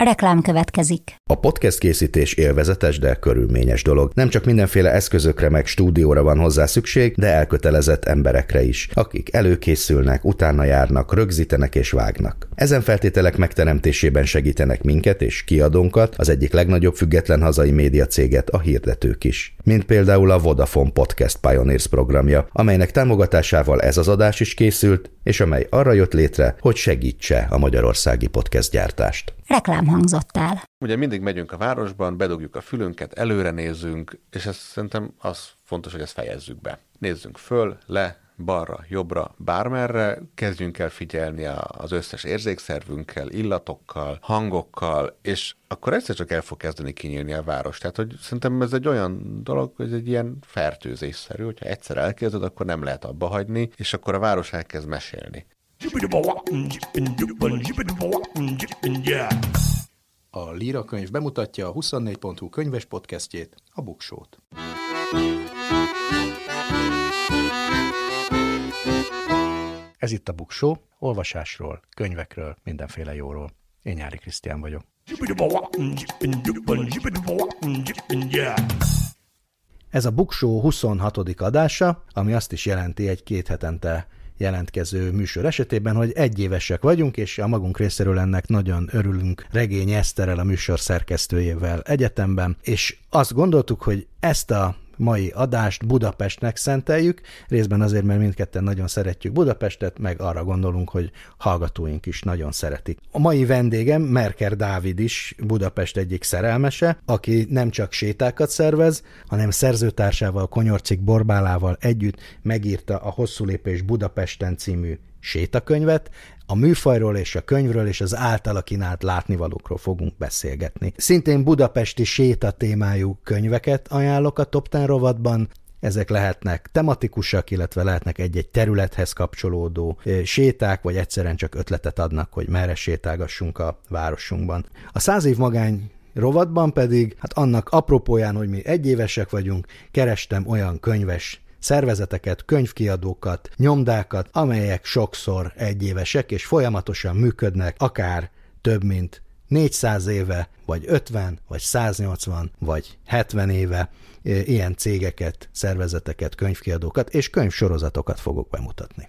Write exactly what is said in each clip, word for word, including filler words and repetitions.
Reklám következik. A podcast készítés élvezetes, de körülményes dolog. Nem csak mindenféle eszközökre meg stúdióra van hozzá szükség, de elkötelezett emberekre is, akik előkészülnek, utána járnak, rögzítenek és vágnak. Ezen feltételek megteremtésében segítenek minket és kiadónkat, az egyik legnagyobb független hazai médiacéget, a hirdetők is. Mint például a Vodafone Podcast Pioneers programja, amelynek támogatásával ez az adás is készült, és amely arra jött létre, hogy segítse a magyarországi podcast gyártást. Reklám hangzott el. Ugye mindig megyünk a városban, bedugjuk a fülünket, előre nézzünk, és ez szerintem az fontos, hogy ezt fejezzük be. Nézzünk föl, le, balra, jobbra, bármerre, kezdjünk el figyelni az összes érzékszervünkkel, illatokkal, hangokkal, és akkor egyszer csak el fog kezdeni kinyílni a város. Tehát, hogy szerintem ez egy olyan dolog, hogy egy ilyen fertőzésszerű, hogyha egyszer elkezded, akkor nem lehet abba hagyni, és akkor a város elkezd mesélni. A Líra könyv bemutatja a huszonnégy pont hu könyves podcastjét, a Buksót. Ez itt a Buksó, olvasásról, könyvekről, mindenféle jóról. Én Nyári Krisztián vagyok. Ez a Buksó huszonhatodik adása, ami azt is jelenti egy két hetente jelentkező műsor esetében, hogy egyévesek vagyunk, és a magunk részéről ennek nagyon örülünk Regény Eszterrel, a műsor szerkesztőjével egyetemben, és azt gondoltuk, hogy ezt a mai adást Budapestnek szenteljük, részben azért, mert mindketten nagyon szeretjük Budapestet, meg arra gondolunk, hogy hallgatóink is nagyon szeretik. A mai vendégem Merker Dávid is, Budapest egyik szerelmese, aki nem csak sétákat szervez, hanem szerzőtársával, Konyorcik Borbálával együtt megírta a Hosszú lépés Budapesten című sétakönyvet. A műfajról és a könyvről és az általa kínált látnivalókról fogunk beszélgetni. Szintén budapesti séta témájú könyveket ajánlok a Top tíz rovatban. Ezek lehetnek tematikusak, illetve lehetnek egy-egy területhez kapcsolódó séták, vagy egyszerűen csak ötletet adnak, hogy merre sétálgassunk a városunkban. A Száz év magány rovatban pedig, hát annak apropóján, hogy mi egyévesek vagyunk, kerestem olyan könyves szervezeteket, könyvkiadókat, nyomdákat, amelyek sokszor egyévesek és folyamatosan működnek, akár több mint négyszáz éve, vagy ötven, vagy száznyolcvan, vagy hetven éve. Ilyen cégeket, szervezeteket, könyvkiadókat és könyvsorozatokat fogok bemutatni.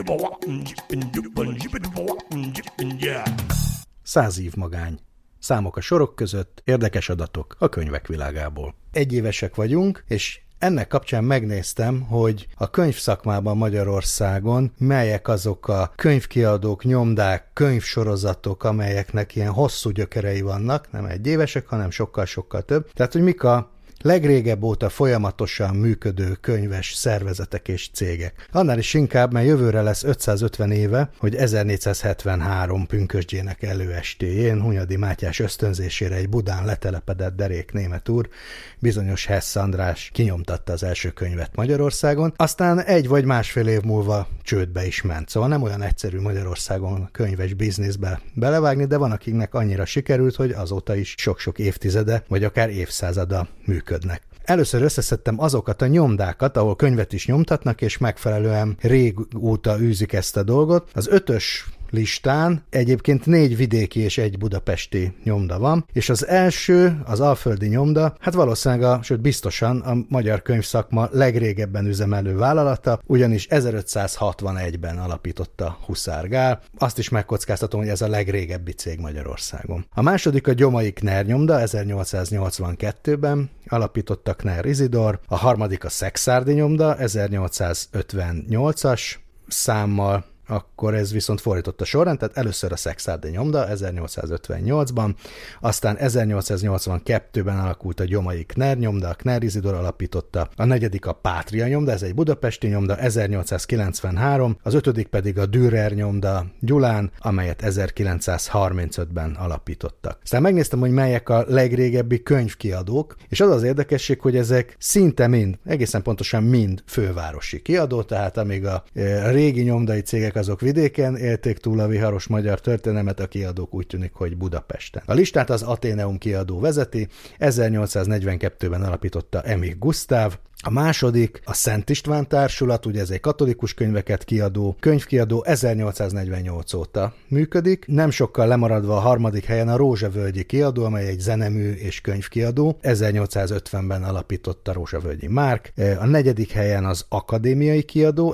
Száz év magány. Számok a sorok között, érdekes adatok a könyvek világából. Egyévesek vagyunk, és ennek kapcsán megnéztem, hogy a könyvszakmában Magyarországon melyek azok a könyvkiadók, nyomdák, könyvsorozatok, amelyeknek ilyen hosszú gyökerei vannak, nem egyévesek, hanem sokkal-sokkal több. Tehát, hogy mik a legrégebb óta folyamatosan működő könyves szervezetek és cégek. Annál is inkább, mert jövőre lesz ötszázötven éve, hogy ezernégyszázhetvenhárom pünkösdjének előestéjén Hunyadi Mátyás ösztönzésére egy Budán letelepedett derék német úr, bizonyos Hess András kinyomtatta az első könyvet Magyarországon, aztán egy vagy másfél év múlva csődbe is ment. Szóval nem olyan egyszerű Magyarországon könyves bizniszbe belevágni, de van, akiknek annyira sikerült, hogy azóta is sok-sok évtizede, vagy akár évszázada működnek. Először összeszedtem azokat a nyomdákat, ahol könyvet is nyomtatnak, és megfelelően régóta űzik ezt a dolgot. Az ötös listán egyébként négy vidéki és egy budapesti nyomda van, és az első, az Alföldi nyomda, hát valószínűleg, a, sőt biztosan a magyar könyvszakma legrégebben üzemelő vállalata, ugyanis ezerötszázhatvanegyben alapította Huszár Gál. Azt is megkockáztatom, hogy ez a legrégebbi cég Magyarországon. A második a Gyomai Knern nyomda, ezernyolcszáznyolcvankettőben alapította Knern Izidor, a harmadik a Szekszárdi nyomda, ezernyolcszázötvennyolcas számmal, akkor ez viszont fordított a sorrend, tehát először a Szekszárdi nyomda ezernyolcszázötvennyolcban, aztán ezernyolcszáznyolcvankettőben alakult a Gyomai Knern nyomda, a Knern Izidor alapította, a negyedik a Pátria nyomda, ez egy budapesti nyomda, ezernyolcszázkilencvenhárom, az ötödik pedig a Dürer nyomda Gyulán, amelyet ezerkilencszázharmincötben alapítottak. Aztán megnéztem, hogy melyek a legrégebbi könyvkiadók, és az az érdekesség, hogy ezek szinte mind, egészen pontosan mind fővárosi kiadó, tehát amíg a régi nyomdai cégek azok vidéken élték túl a viharos magyar történelmet, a kiadók úgy tűnik, hogy Budapesten. A listát az Atheneum kiadó vezeti, ezernyolcszáznegyvenkettőben alapította Emil Gusztáv. A második a Szent István Társulat, ugye ez egy katolikus könyveket kiadó könyvkiadó, ezernyolcszáznegyvennyolc óta működik. Nem sokkal lemaradva a harmadik helyen a Rózsavölgyi kiadó, amely egy zenemű és könyvkiadó. ezernyolcszázötvenben alapította Rózsavölgyi Márk. A negyedik helyen az Akadémiai kiadó,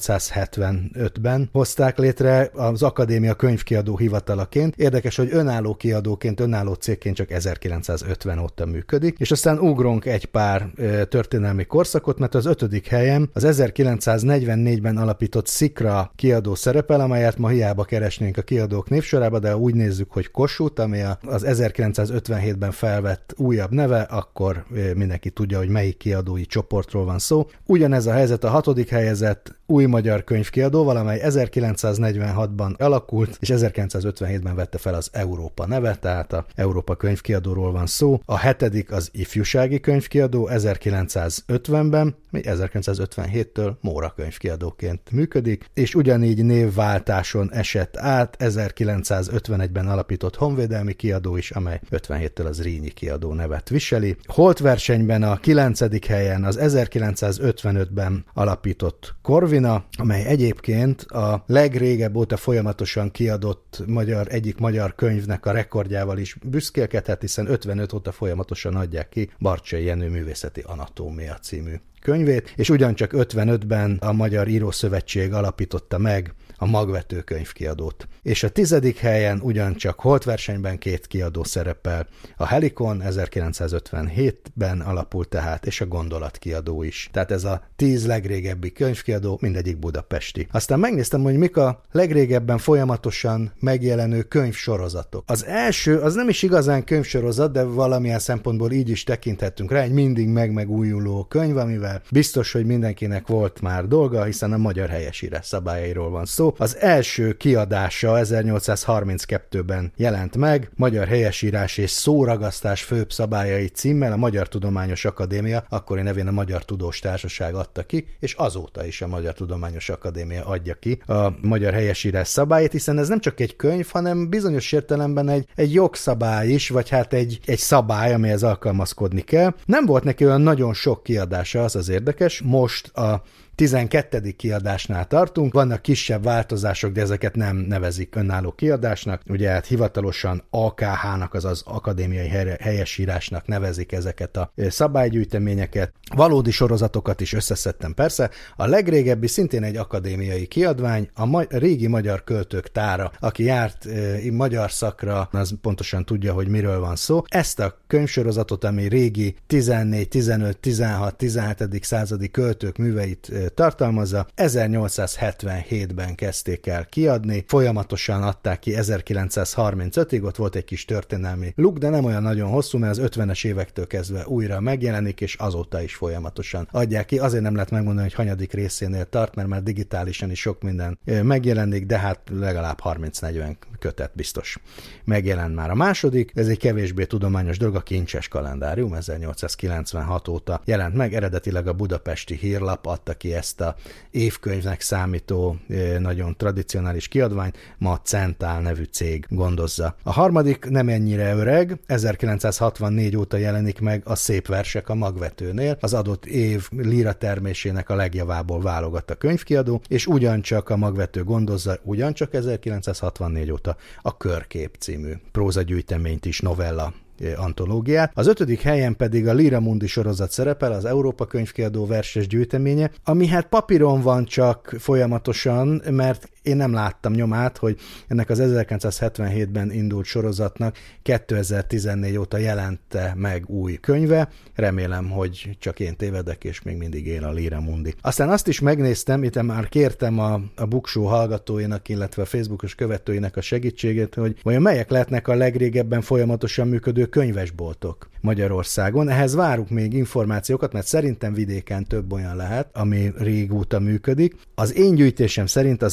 ezernyolcszázhetvenötben hozták létre az Akadémia könyvkiadó hivatalaként. Érdekes, hogy önálló kiadóként, önálló cégként csak ezerkilencszázötven óta működik, és aztán ugrunk egy pár történelmi korszakot, mert az ötödik helyen az ezerkilencszáznegyvennégyben alapított Szikra kiadó szerepel, amelyet ma hiába keresnénk a kiadók névsorába, de úgy nézzük, hogy Kossuth, ami az ezerkilencszázötvenhétben felvett újabb neve, akkor mindenki tudja, hogy melyik kiadói csoportról van szó. Ugyanez a helyzet a hatodik helyezett Új Magyar Könyvkiadó, valamely ezerkilencszáznegyvenhatban alakult, és ezerkilencszázötvenhétben vette fel az Európa neve, tehát a Európa Könyvkiadóról van szó. A hetedik az Ifjúsági Könyvkiadó, ezerkilencszázötvenben, mi ezerkilencszázötvenhéttől Móra könyvkiadóként működik, és ugyanígy névváltáson esett át ezerkilencszázötvenegyben alapított honvédelmi kiadó is, amely ötvenhéttől az Rínyi kiadó nevet viseli. Holtversenyben a kilencedik helyen az ezerkilencszázötvenötben alapított Corvina, amely egyébként a legrégebb óta folyamatosan kiadott magyar, egyik magyar könyvnek a rekordjával is büszkélkedhet, hiszen ötvenöt óta folyamatosan adják ki Barcsay Jenő Művészeti Anatómia című könyvét, és ugyancsak ötvenötben a Magyar Írószövetség alapította meg a Magvető könyvkiadót. És a tizedik helyen ugyancsak holtversenyben két kiadó szerepel, a Helikon ezerkilencszázötvenhétben alapult tehát, és a Gondolat kiadó is. Tehát ez a tíz legrégebbi könyvkiadó, mindegyik budapesti. Aztán megnéztem, hogy mik a legrégebben folyamatosan megjelenő könyvsorozatok. Az első, az nem is igazán könyvsorozat, de valamilyen szempontból így is tekinthetünk rá, egy mindig megmegújuló könyv, amivel biztos, hogy mindenkinek volt már dolga, hiszen a magyar helyesírás szabályairól van szó. Az első kiadása ezernyolcszázharminckettőben jelent meg, Magyar helyesírás és szóragasztás főbb szabályai címmel, a Magyar Tudományos Akadémia, akkori nevén a Magyar Tudós Társaság adta ki, és azóta is a Magyar Tudományos Akadémia adja ki a magyar helyesírás szabályait, hiszen ez nem csak egy könyv, hanem bizonyos értelemben egy, egy jogszabály is, vagy hát egy, egy szabály, amihez alkalmazkodni kell. Nem volt neki olyan nagyon sok kiadása, az az érdekes. Most a tizenkettedik kiadásnál tartunk, vannak kisebb változások, de ezeket nem nevezik önálló kiadásnak. Ugye hát hivatalosan á ká há-nak, azaz Akadémiai Helyesírásnak nevezik ezeket a szabálygyűjteményeket. Valódi sorozatokat is összeszedtem persze. A legrégebbi szintén egy akadémiai kiadvány, a ma- régi magyar költők tára. Aki járt e, magyar szakra, az pontosan tudja, hogy miről van szó. Ezt a könyvsorozatot, ami régi tizennégy, tizenöt, tizenhat, tizenhetedik századi költők műveit tartalmazza, ezernyolcszázhetvenhétben kezdték el kiadni, folyamatosan adták ki ezerkilencszázharmincötig, ott volt egy kis történelmi luk, de nem olyan nagyon hosszú, mert az ötvenes évektől kezdve újra megjelenik, és azóta is folyamatosan adják ki. Azért nem lehet megmondani, hogy hanyadik részénél tart, mert már digitálisan is sok minden megjelenik, de hát legalább harminc-negyven kötet biztos megjelent már. A második, ez egy kevésbé tudományos dolog, a Kincses kalendárium, ezernyolcszázkilencvenhat óta jelent meg, eredetileg a Budapesti Hírlap adta ki ezt a évkönyvnek számító nagyon tradicionális kiadványt, ma a Centál nevű cég gondozza. A harmadik nem ennyire öreg, ezerkilencszázhatvannégy óta jelenik meg a Szép versek a Magvetőnél, az adott év líra termésének a legjavából válogat a könyvkiadó, és ugyancsak a Magvető gondozza, ugyancsak ezerkilencszázhatvannégy óta a Körkép című prózagyűjteményt is, novella antológiát. Az ötödik helyen pedig a Lira Mundi sorozat szerepel, az Európa Könyvkiadó verses gyűjteménye, ami hát papíron van csak folyamatosan, mert én nem láttam nyomát, hogy ennek az ezerkilencszázhetvenhétben indult sorozatnak kétezer-tizennégy óta jelente meg új könyve. Remélem, hogy csak én tévedek, és még mindig él a Lira Mundi. Aztán azt is megnéztem, itt már kértem a, a Bookshow hallgatóinak, illetve a Facebookos követőinek a segítségét, hogy vajon melyek lehetnek a legrégebben folyamatosan működő könyvesboltok Magyarországon. Ehhez várunk még információkat, mert szerintem vidéken több olyan lehet, ami régóta működik. Az én gyűjtésem szerint az első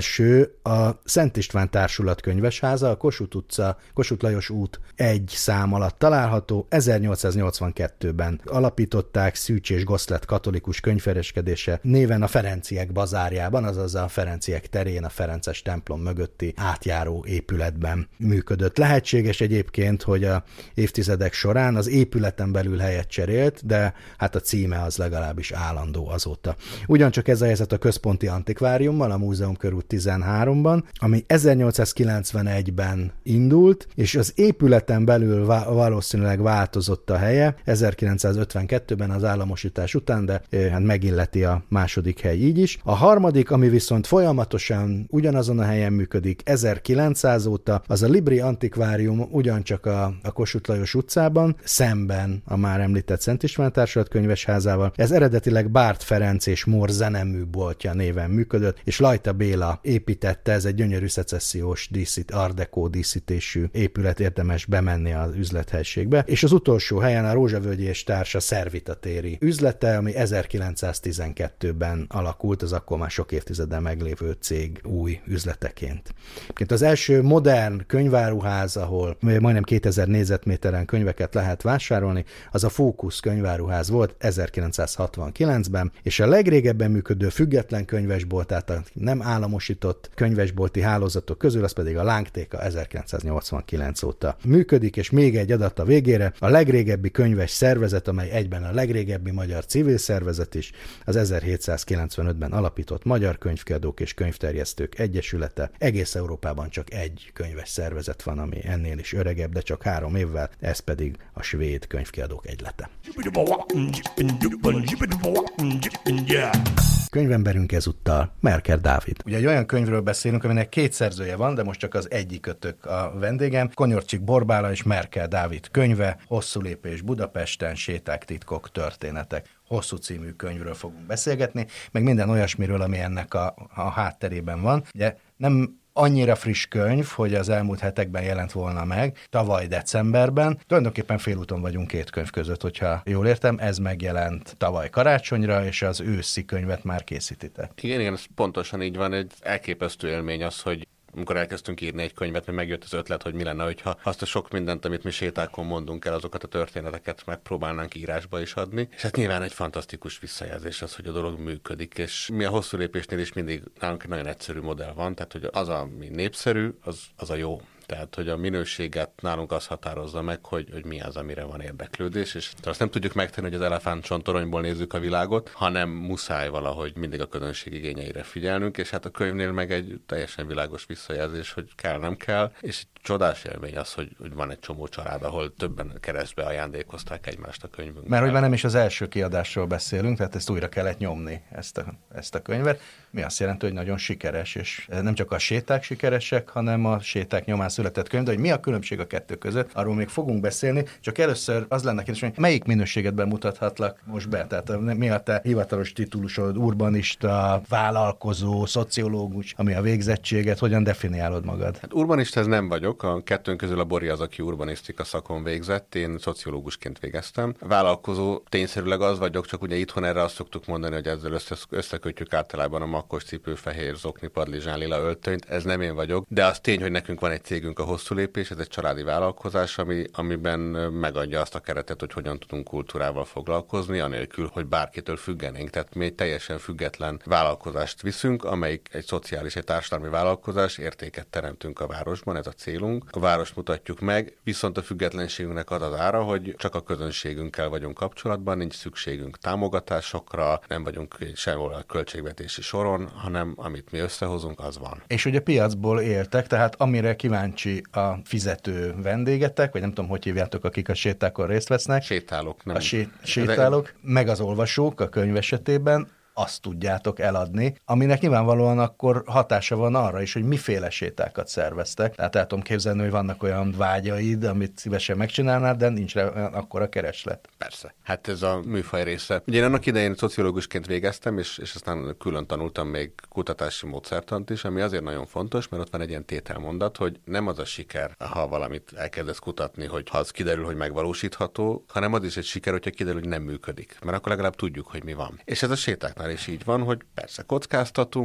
első a Szent István Társulat könyvesháza, a Kossuth utca, Kossuth Lajos út egy szám alatt található. ezernyolcszáznyolcvankettőben alapították, Szűcs és Goszlet katolikus könyvkereskedése néven a Ferenciek bazárjában, azaz a Ferenciek terén, a Ferences templom mögötti átjáró épületben működött. Lehetséges egyébként, hogy a évtizedek során az épületen belül helyet cserélt, de hát a címe az legalábbis állandó azóta. Ugyancsak ez a helyzet a Központi Antikváriummal, a Múzeum körút tizenháromban, ami ezernyolcszázkilencvenegyben indult, és az épületen belül valószínűleg változott a helye ezerkilencszázötvenkettőben az államosítás után, de hát megilleti a második hely így is. A harmadik, ami viszont folyamatosan ugyanazon a helyen működik ezerkilencszáz óta, az a Libri Antikvárium ugyancsak a, a Kossuth Lajos utcában, szemben a már említett Szent István Társulat könyvesházával. Ez eredetileg Bárd Ferenc és Mór zeneműboltja néven működött, és Lajta Béla építette, ez egy gyönyörű szecessziós díszít, art deco díszítésű épület, érdemes bemenni az üzlethelységbe. És az utolsó helyen a Rózsavölgyi és Társa Szervita téri üzlete, ami ezerkilencszáztizenkettőben alakult, az akkor már sok évtizeddel meglévő cég új üzleteként. Az első modern könyváruház, ahol majdnem kétezer négyzetméteren könyveket lehet vásárolni, az a Fókusz könyváruház volt ezerkilencszázhatvankilencben, és a legrégebben működő független könyvesbolt, tehát a nem államosított könyvesbolti hálózatok közül, az pedig a Lángtéka ezerkilencszáznyolcvankilenc óta működik, és még egy adat a végére, a legrégebbi könyves szervezet, amely egyben a legrégebbi magyar civil szervezet is, az ezerhétszázkilencvenötben alapított Magyar Könyvkiadók és Könyvterjesztők Egyesülete. Egész Európában csak egy könyves szervezet van, ami ennél is öregebb, de csak három évvel, ez pedig a Svéd Könyvkiadók Egylete. Könyvemberünk ezúttal Merker Dávid. Ugye egy olyan könyvről beszélünk, aminek két szerzője van, de most csak az egyikötök a vendégem. Konyorcsik Borbála és Merker Dávid könyve, Hosszú lépés Budapesten, séták, titkok, történetek. Hosszú című könyvről fogunk beszélgetni, meg minden olyasmiről, ami ennek a, a hátterében van. Ugye nem annyira friss könyv, hogy az elmúlt hetekben jelent volna meg, tavaly decemberben. Tulajdonképpen félúton vagyunk két könyv között, hogyha jól értem, ez megjelent tavaly karácsonyra, és az őszi könyvet már készítitek. Igen, igen, ez pontosan így van, egy elképesztő élmény az, hogy amikor elkezdtünk írni egy könyvet, mert megjött az ötlet, hogy mi lenne, hogyha azt a sok mindent, amit mi sétákon mondunk el, azokat a történeteket megpróbálnánk írásba is adni. És hát nyilván egy fantasztikus visszajelzés az, hogy a dolog működik, és mi a hosszú lépésnél is mindig nálunk egy nagyon egyszerű modell van, tehát hogy az, ami népszerű, az, az a jó. Tehát, hogy a minőséget nálunk az határozza meg, hogy, hogy mi az, amire van érdeklődés, és azt nem tudjuk megtenni, hogy az elefántcsontoronyból nézzük a világot, hanem muszáj valahogy mindig a közönség igényeire figyelnünk, és hát a könyvnél meg egy teljesen világos visszajelzés, hogy kell, nem kell, és egy csodás élmény az, hogy, hogy van egy csomó család, ahol többen keresztbe ajándékozták egymást a könyvünkben. Mert hogy már nem is az első kiadásról beszélünk, tehát ezt újra kellett nyomni, ezt a, ezt a könyvet, mi azt jelenti, hogy nagyon sikeres, és nem csak a séták sikeresek, hanem a séták nyomán született könyv, de hogy mi a különbség a kettő között, arról még fogunk beszélni, csak először az lenne kérdés, hogy melyik minőségedben mutathatlak most be, tehát mi a te hivatalos titulusod, urbanista, vállalkozó, szociológus, ami a végzettséget, hogyan definiálod magad? Hát urbanista ez nem vagyok, a kettőnk közül a Bori az, aki urbanisztika szakon végzett, én szociológusként végeztem. Vállalkozó tényszerűleg az vagyok, csak ugye itthon erre azt szoktuk mondani, hogy ezzel össze, összekötjük általában a makkos cipő, fehér zokni, padlizsán, lila öltönyt, ez nem én vagyok, de az tény, hogy nekünk van egy cégünk, a Hosszú lépés, ez egy családi vállalkozás, ami, amiben megadja azt a keretet, hogy hogyan tudunk kultúrával foglalkozni, anélkül, hogy bárkitől függenénk. Tehát mi egy teljesen független vállalkozást viszünk, amelyik egy szociális, egy társadalmi vállalkozás, értéket teremtünk a városban, ez a célunk. A várost mutatjuk meg, viszont a függetlenségünknek az az ára, hogy csak a közönségünkkel vagyunk kapcsolatban, nincs szükségünk támogatásokra, nem vagyunk sehol a költségvetési soron, hanem amit mi összehozunk, az van. És ugye piacból éltek, tehát amire kíváncsi a fizető vendégetek, vagy nem tudom, hogy hívjátok, akik a sétákon részt vesznek. Sétálók, nem. A sé- sétálók, meg az olvasók a könyv esetében, azt tudjátok eladni, aminek nyilvánvalóan akkor hatása van arra is, hogy miféle sétákat szerveztek. Tehát el tudom képzelni, hogy vannak olyan vágyaid, amit szívesen megcsinálnál, de nincs rá akkora kereslet. Persze. Hát ez a műfaj része. Ugye én annak idején szociológusként végeztem, és, és aztán külön tanultam még kutatási módszertant is, ami azért nagyon fontos, mert ott van egy ilyen tételmondat, hogy nem az a siker, ha valamit elkezdesz kutatni, hogy ha az kiderül, hogy megvalósítható, hanem az is egy siker, hogyha kiderül, hogy nem működik. Mert akkor legalább tudjuk, hogy mi van. És ez a sétáknál is így van, hogy persze kockáztatunk,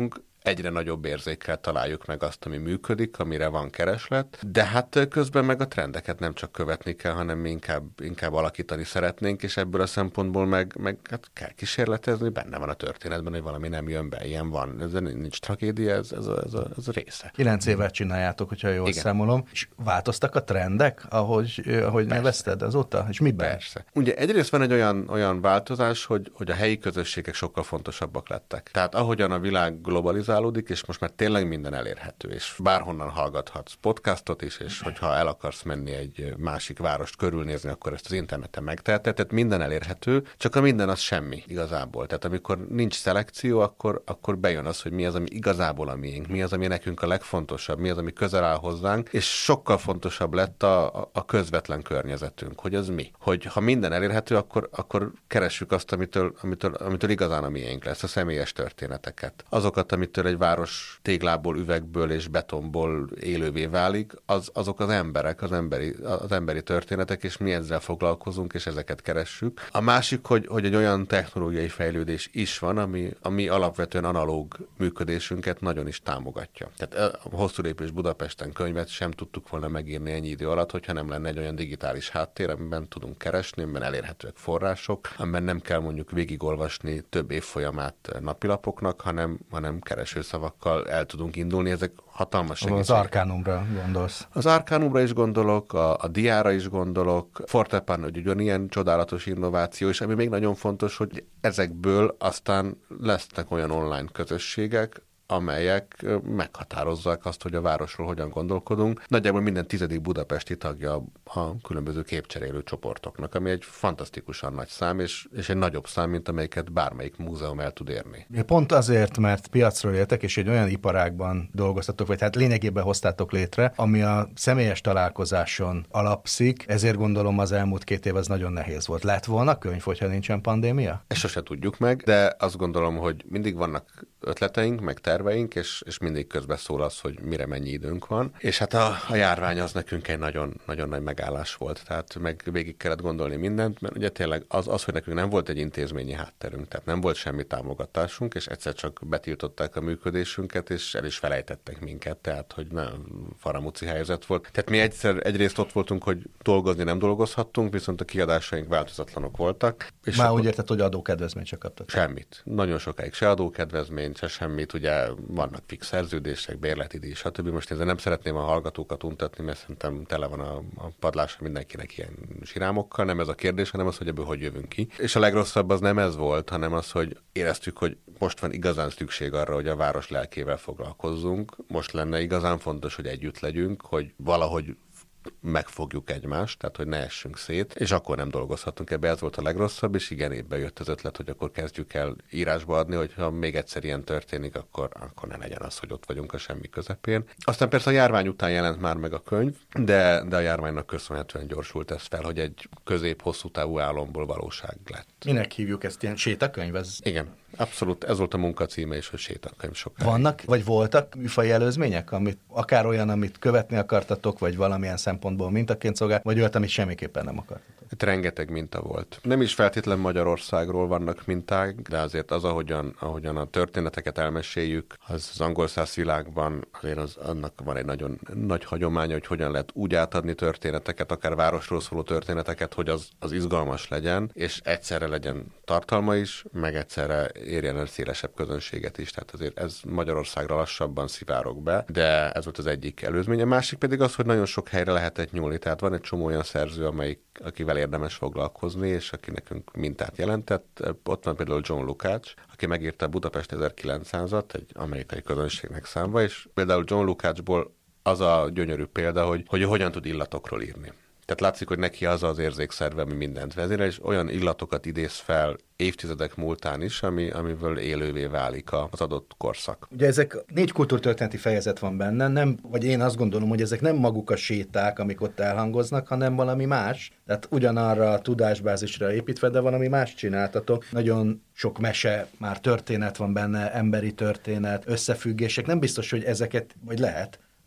egyre nagyobb érzékkel találjuk meg azt, ami működik, amire van kereslet, de hát közben meg a trendeket nem csak követni kell, hanem mi inkább, inkább alakítani szeretnénk, és ebből a szempontból meg, meg hát kell kísérletezni, benne van a történetben, hogy valami nem jön be, ilyen van, ez nincs tragédia, ez, ez, a, ez, a, ez a része. Kilenc évet csináljátok, hogyha jól Igen. számolom, és változtak a trendek, ahogy, ahogy nevezted azóta, és miben? Persze. Ugye egyrészt van egy olyan, olyan változás, hogy, hogy a helyi közösségek sokkal fontosabbak lettek. Tehát ahogyan a világ globalizálódik, és most már tényleg minden elérhető, és bárhonnan hallgathatsz podcastot is, és hogyha el akarsz menni egy másik várost körülnézni, akkor ezt az interneten megteheted, tehát minden elérhető, csak a minden az semmi igazából. Tehát amikor nincs szelekció, akkor, akkor bejön az, hogy mi az, ami igazából a miénk, mi az, ami nekünk a legfontosabb, mi az, ami közel áll hozzánk, és sokkal fontosabb lett a, a közvetlen környezetünk, hogy az mi. Hogy ha minden elérhető, akkor, akkor keressük azt, amitől, amitől, amitől igazán a miénk lesz, a személyes történeteket. Azokat, amitől egy város téglából, üvegből és betonból élővé válik, az, azok az emberek, az emberi, az emberi történetek, és mi ezzel foglalkozunk, és ezeket keressük. A másik, hogy, hogy egy olyan technológiai fejlődés is van, ami, ami alapvetően analóg működésünket nagyon is támogatja. Tehát a Hosszú lépés Budapesten könyvet sem tudtuk volna megírni ennyi idő alatt, hogyha nem lenne egy olyan digitális háttér, amiben tudunk keresni, amiben elérhetőek források, amiben nem kell mondjuk végigolvasni több évfolyamát napilapoknak, hanem, hanem keresőszavakkal el tudunk indulni. Ezek hatalmas segítség. Az Arcanumra gondolsz. Az Arcanumra is gondolok, a, a diára is gondolok, Fortepan, hogy ugyanilyen csodálatos innováció, és ami még nagyon fontos, hogy ezekből aztán lesznek olyan online közösségek, amelyek meghatározzák azt, hogy a városról hogyan gondolkodunk. Nagyjából minden tizedik budapesti tagja a különböző képcserélő csoportoknak, ami egy fantasztikusan nagy szám, és, és egy nagyobb szám, mint amelyiket bármelyik múzeum el tud érni. Pont azért, mert piacról éltek, és egy olyan iparágban dolgoztatok, vagy hát lényegében hoztátok létre, ami a személyes találkozáson alapszik, ezért gondolom az elmúlt két év az nagyon nehéz volt. Lett volna könyv, hogyha nincsen pandémia? Ezt sose tudjuk meg, de azt gondolom, hogy mindig vannak ötleteink, meg terveink, és, és mindig közbe szól az, hogy mire mennyi időnk van. És hát a, a járvány az nekünk egy nagyon, nagyon nagy megállás volt. Tehát meg végig kellett gondolni mindent, mert ugye tényleg az, az, hogy nekünk nem volt egy intézményi hátterünk, tehát nem volt semmi támogatásunk, és egyszer csak betiltották a működésünket, és el is felejtettek minket, tehát hogy nem faramúci helyzet volt. Tehát mi egyszer egyrészt ott voltunk, hogy dolgozni nem dolgozhattunk, viszont a kiadásaink változatlanok voltak. És már úgy érted, hogy adókedvezményt csak kaptak? Semmit. Nagyon sokáig se adókedvezmény, se semmit, ugye vannak fix szerződések, bérleti díj, stb. Most ezzel nem szeretném a hallgatókat untatni, mert szerintem tele van a, a padlása mindenkinek ilyen sirámokkal, nem ez a kérdés, hanem az, hogy ebből hogy jövünk ki. És a legrosszabb az nem ez volt, hanem az, hogy éreztük, hogy most van igazán szükség arra, hogy a város lelkével foglalkozzunk. Most lenne igazán fontos, hogy együtt legyünk, hogy valahogy megfogjuk egymást, tehát hogy ne essünk szét, és akkor nem dolgozhatunk ebbe, ez volt a legrosszabb, és igen, évben jött az ötlet, hogy akkor kezdjük el írásba adni, hogyha még egyszer ilyen történik, akkor, akkor ne legyen az, hogy ott vagyunk a semmi közepén. Aztán persze a járvány után jelent már meg a könyv, de, de a járványnak köszönhetően gyorsult ez fel, hogy egy közép-hosszú távú álomból valóság lett. Minek hívjuk ezt, ilyen sétakönyv? Ez... Igen, abszolút, ez volt a munkacíme is, hogy sétakönyv sokáig. Vannak, vagy voltak műfai előzmények, amit akár olyan, amit követni akartatok, vagy valamilyen szempontból mintaként szolgál, vagy olyat, amit semmiképpen nem akartatok? Hát rengeteg minta volt. Nem is feltétlen Magyarországról vannak minták, de azért az, ahogyan, ahogyan a történeteket elmeséljük, az az angol száz világban azért az, annak van egy nagyon nagy hagyománya, hogy hogyan lehet úgy átadni történeteket, akár városról szóló történeteket, hogy az, az izgalmas legyen, és egyszerre legyen tartalma is, meg egyszerre érjen el szélesebb közönséget is. Tehát azért ez Magyarországra lassabban szivárog be, de ez volt az egyik előzménye. A másik pedig az, hogy nagyon sok helyre lehetett nyúlni. Tehát van egy csomó olyan szerző, amelyik, akivel érdemes foglalkozni, és aki nekünk mintát jelentett. Ott van például John Lukács, aki megírta a Budapest ezerkilencszázat, egy amerikai közönségnek számva, és például John Lukácsból az a gyönyörű példa, hogy, hogy hogyan tud illatokról írni. Tehát látszik, hogy neki az az érzékszerve, ami mindent vezérel, és olyan illatokat idéz fel évtizedek múltán is, ami, amiből élővé válik az adott korszak. Ugye ezek négy kultúrtörténeti fejezet van benne, nem, vagy én azt gondolom, hogy ezek nem maguk a séták, amik ott elhangoznak, hanem valami más. Tehát ugyanarra a tudásbázisra építve, de valami más csináltatok. Nagyon sok mese, már történet van benne, emberi történet, összefüggések. Nem biztos, hogy ezeket, vagy lehet,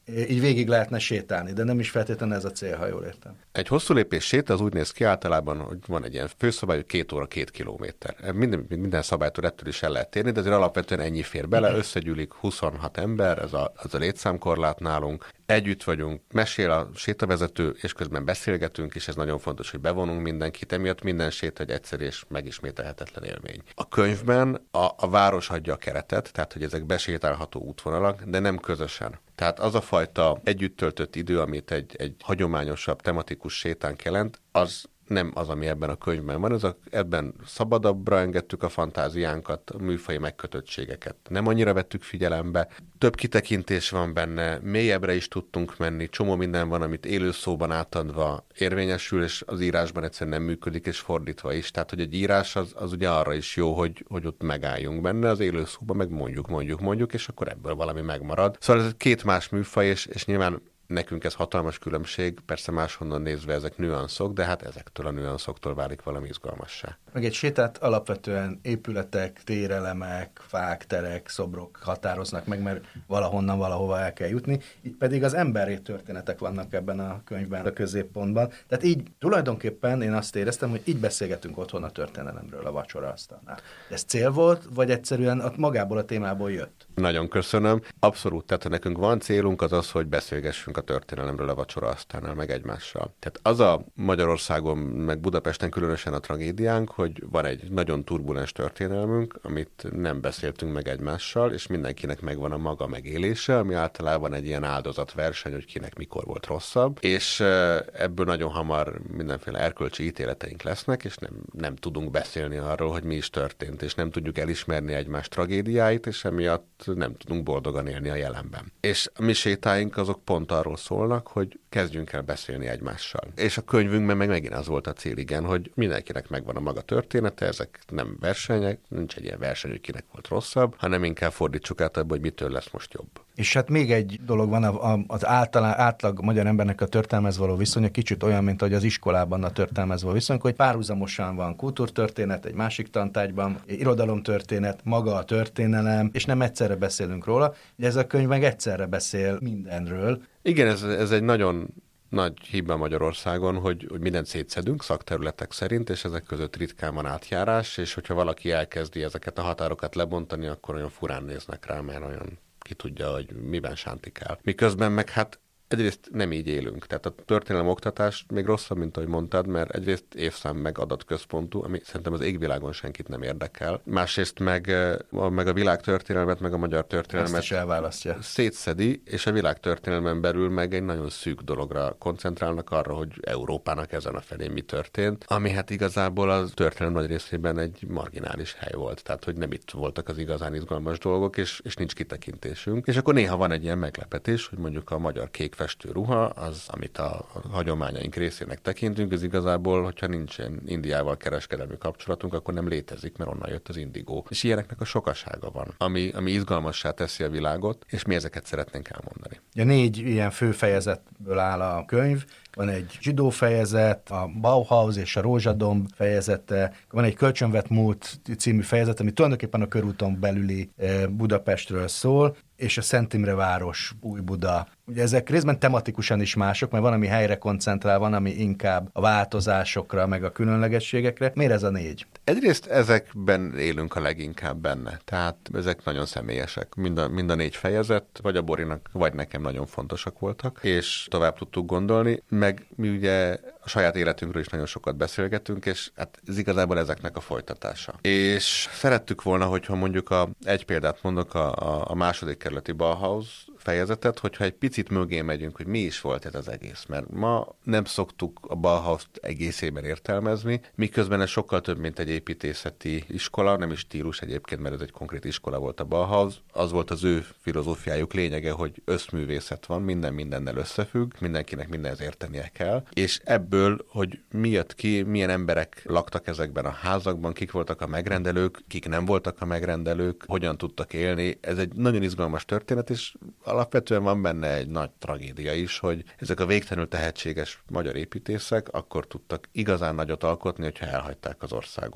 így végig lehetne sétálni, de nem is feltétlenül ez a cél, ha jól értem. Egy hosszú lépés séta az úgy néz ki általában, hogy van egy ilyen főszabály, hogy két óra, két kilométer. Minden, minden szabálytól ettől is el lehet térni, de azért alapvetően ennyi fér bele, összegyűlik huszonhat ember, ez a, az a létszámkorlát nálunk. Együtt vagyunk, mesél a sétavezető, és közben beszélgetünk, és ez nagyon fontos, hogy bevonunk mindenkit, emiatt minden séta egy egyszerű és megismételhetetlen élmény. A könyvben a, a város adja a keretet, tehát hogy ezek besétálható útvonalak, de nem közösen. Tehát az a fajta együtt töltött idő, amit egy, egy hagyományosabb, tematikus sétánk jelent, az nem az, ami ebben a könyvben van, ez a, ebben szabadabbra engedtük a fantáziánkat, a műfaji megkötöttségeket. Nem annyira vettük figyelembe, több kitekintés van benne, mélyebbre is tudtunk menni, csomó minden van, amit élő szóban átadva érvényesül, és az írásban egyszerűen nem működik, és fordítva is. Tehát, hogy egy írás az, az ugye arra is jó, hogy, hogy ott megálljunk benne, az élő szóban meg mondjuk, mondjuk, mondjuk, és akkor ebből valami megmarad. Szóval ez két más műfaj, és, és nyilván nekünk ez hatalmas különbség, persze máshonnan nézve ezek nüanszok, de hát ezektől a nüanszoktól válik valami izgalmassá. Meg egy sétát alapvetően épületek, térelemek, fák, terek, szobrok határoznak meg, mert valahonnan valahova el kell jutni. Itt pedig az emberi történetek vannak ebben a könyvben a középpontban. Tehát így tulajdonképpen én azt éreztem, hogy így beszélgetünk otthon a történelemről a vacsoraasztalnál. Ez cél volt, vagy egyszerűen magából a témából jött? Nagyon köszönöm. Abszolút, tehát ha nekünk van célunk, az az, hogy beszélgessünk a történelemről a vacsoraasztalnál, meg egymással. Tehát az a Magyarországon, meg Budapesten különösen a tragédiánk, hogy van egy nagyon turbulens történelmünk, amit nem beszéltünk meg egymással, és mindenkinek megvan a maga megélése, ami általában egy ilyen áldozatverseny, hogy kinek mikor volt rosszabb, és ebből nagyon hamar mindenféle erkölcsi ítéleteink lesznek, és nem, nem tudunk beszélni arról, hogy mi is történt, és nem tudjuk elismerni egymás tragédiáit, és emiatt nem tudunk boldogan élni a jelenben. És a mi sétáink azok pont arról szólnak, hogy kezdjünk el beszélni egymással. És a könyvünkben meg megint az volt a cél, igen, hogy mindenkinek megvan a maga története, ezek nem versenyek, nincs egy ilyen verseny, hogy kinek volt rosszabb, hanem inkább fordítsuk át abba, hogy mitől lesz most jobb. És hát még egy dolog van, az általán, átlag magyar embernek a történelmez való viszonya kicsit olyan, mint ahogy az iskolában a történelmez való viszony, hogy párhuzamosan van kultúrtörténet, egy másik tantárgyban, irodalomtörténet, maga a történelem, és nem egyszerre beszélünk róla. Ugye ez a könyv meg egyszerre beszél mindenről. Igen, ez, ez egy nagyon nagy hiba Magyarországon, hogy, hogy mindent szétszedünk szakterületek szerint, és ezek között ritkán van átjárás, és hogyha valaki elkezdi ezeket a határokat lebontani, akkor olyan furán néznek rá, mert olyan ki tudja, hogy miben sántikál. Miközben meg hát egyrészt nem így élünk. Tehát a történelem oktatás még rosszabb, mint ahogy mondtad, mert egyrészt évszám meg adatközpontú, ami szerintem az égvilágon senkit nem érdekel. Másrészt meg, meg a világtörténelmet, meg a magyar történelmet is elválasztja. Szétszedi, és a világtörténelmen belül meg egy nagyon szűk dologra koncentrálnak, arra, hogy Európának ezen a felén mi történt, ami hát igazából a történelem nagy részében egy marginális hely volt. Tehát, hogy nem itt voltak az igazán izgalmas dolgok, és, és nincs kitekintésünk. És akkor néha van egy ilyen meglepetés, hogy mondjuk a magyar kék festő ruha, az, amit a hagyományaink részének tekintünk, ez igazából, hogyha nincsen Indiával kereskedelmi kapcsolatunk, akkor nem létezik, mert onnan jött az indigó. És ilyeneknek a sokasága van, ami, ami izgalmassá teszi a világot, és mi ezeket szeretnénk elmondani. Ja, négy ilyen fő fejezetből áll a könyv. Van egy zsidó fejezet, a Bauhaus és a Rózsadomb fejezete, van egy Kölcsönvett múlt című fejezet, ami tulajdonképpen a körúton belüli Budapestről szól, és a Szent Imre város, Új-Buda. Ugye ezek részben tematikusan is mások, mert van, ami helyre koncentrál, van, ami inkább a változásokra, meg a különlegességekre. Miért ez a négy? Egyrészt ezekben élünk a leginkább benne, tehát ezek nagyon személyesek. Mind a, mind a négy fejezet, vagy a Borinak, vagy nekem nagyon fontosak voltak, és tovább tudtuk gondolni, meg mi ugye a saját életünkről is nagyon sokat beszélgetünk, és hát ez igazából ezeknek a folytatása. És szerettük volna, hogyha mondjuk a, egy példát mondok, a, a, a második kerületi Bauhaus fejezetet, hogyha egy picit mögé megyünk, hogy mi is volt ez az egész, mert ma nem szoktuk a Bauhaust egészében értelmezni, miközben ez sokkal több, mint egy építészeti iskola, nem is stílus egyébként, mert ez egy konkrét iskola volt a Bauhaus, az volt az ő filozófiájuk lényege, hogy összművészet van, minden mindennel összefügg, mindenkinek mindenhez értenie kell, és ebből, hogy mi jött ki, milyen emberek laktak ezekben a házakban, kik voltak a megrendelők, kik nem voltak a megrendelők, hogyan tudtak élni, ez egy nagyon izgalmas történet, és alapvetően van benne egy nagy tragédia is, hogy ezek a végtelenül tehetséges magyar építészek akkor tudtak igazán nagyot alkotni, hogyha elhagyták az országot.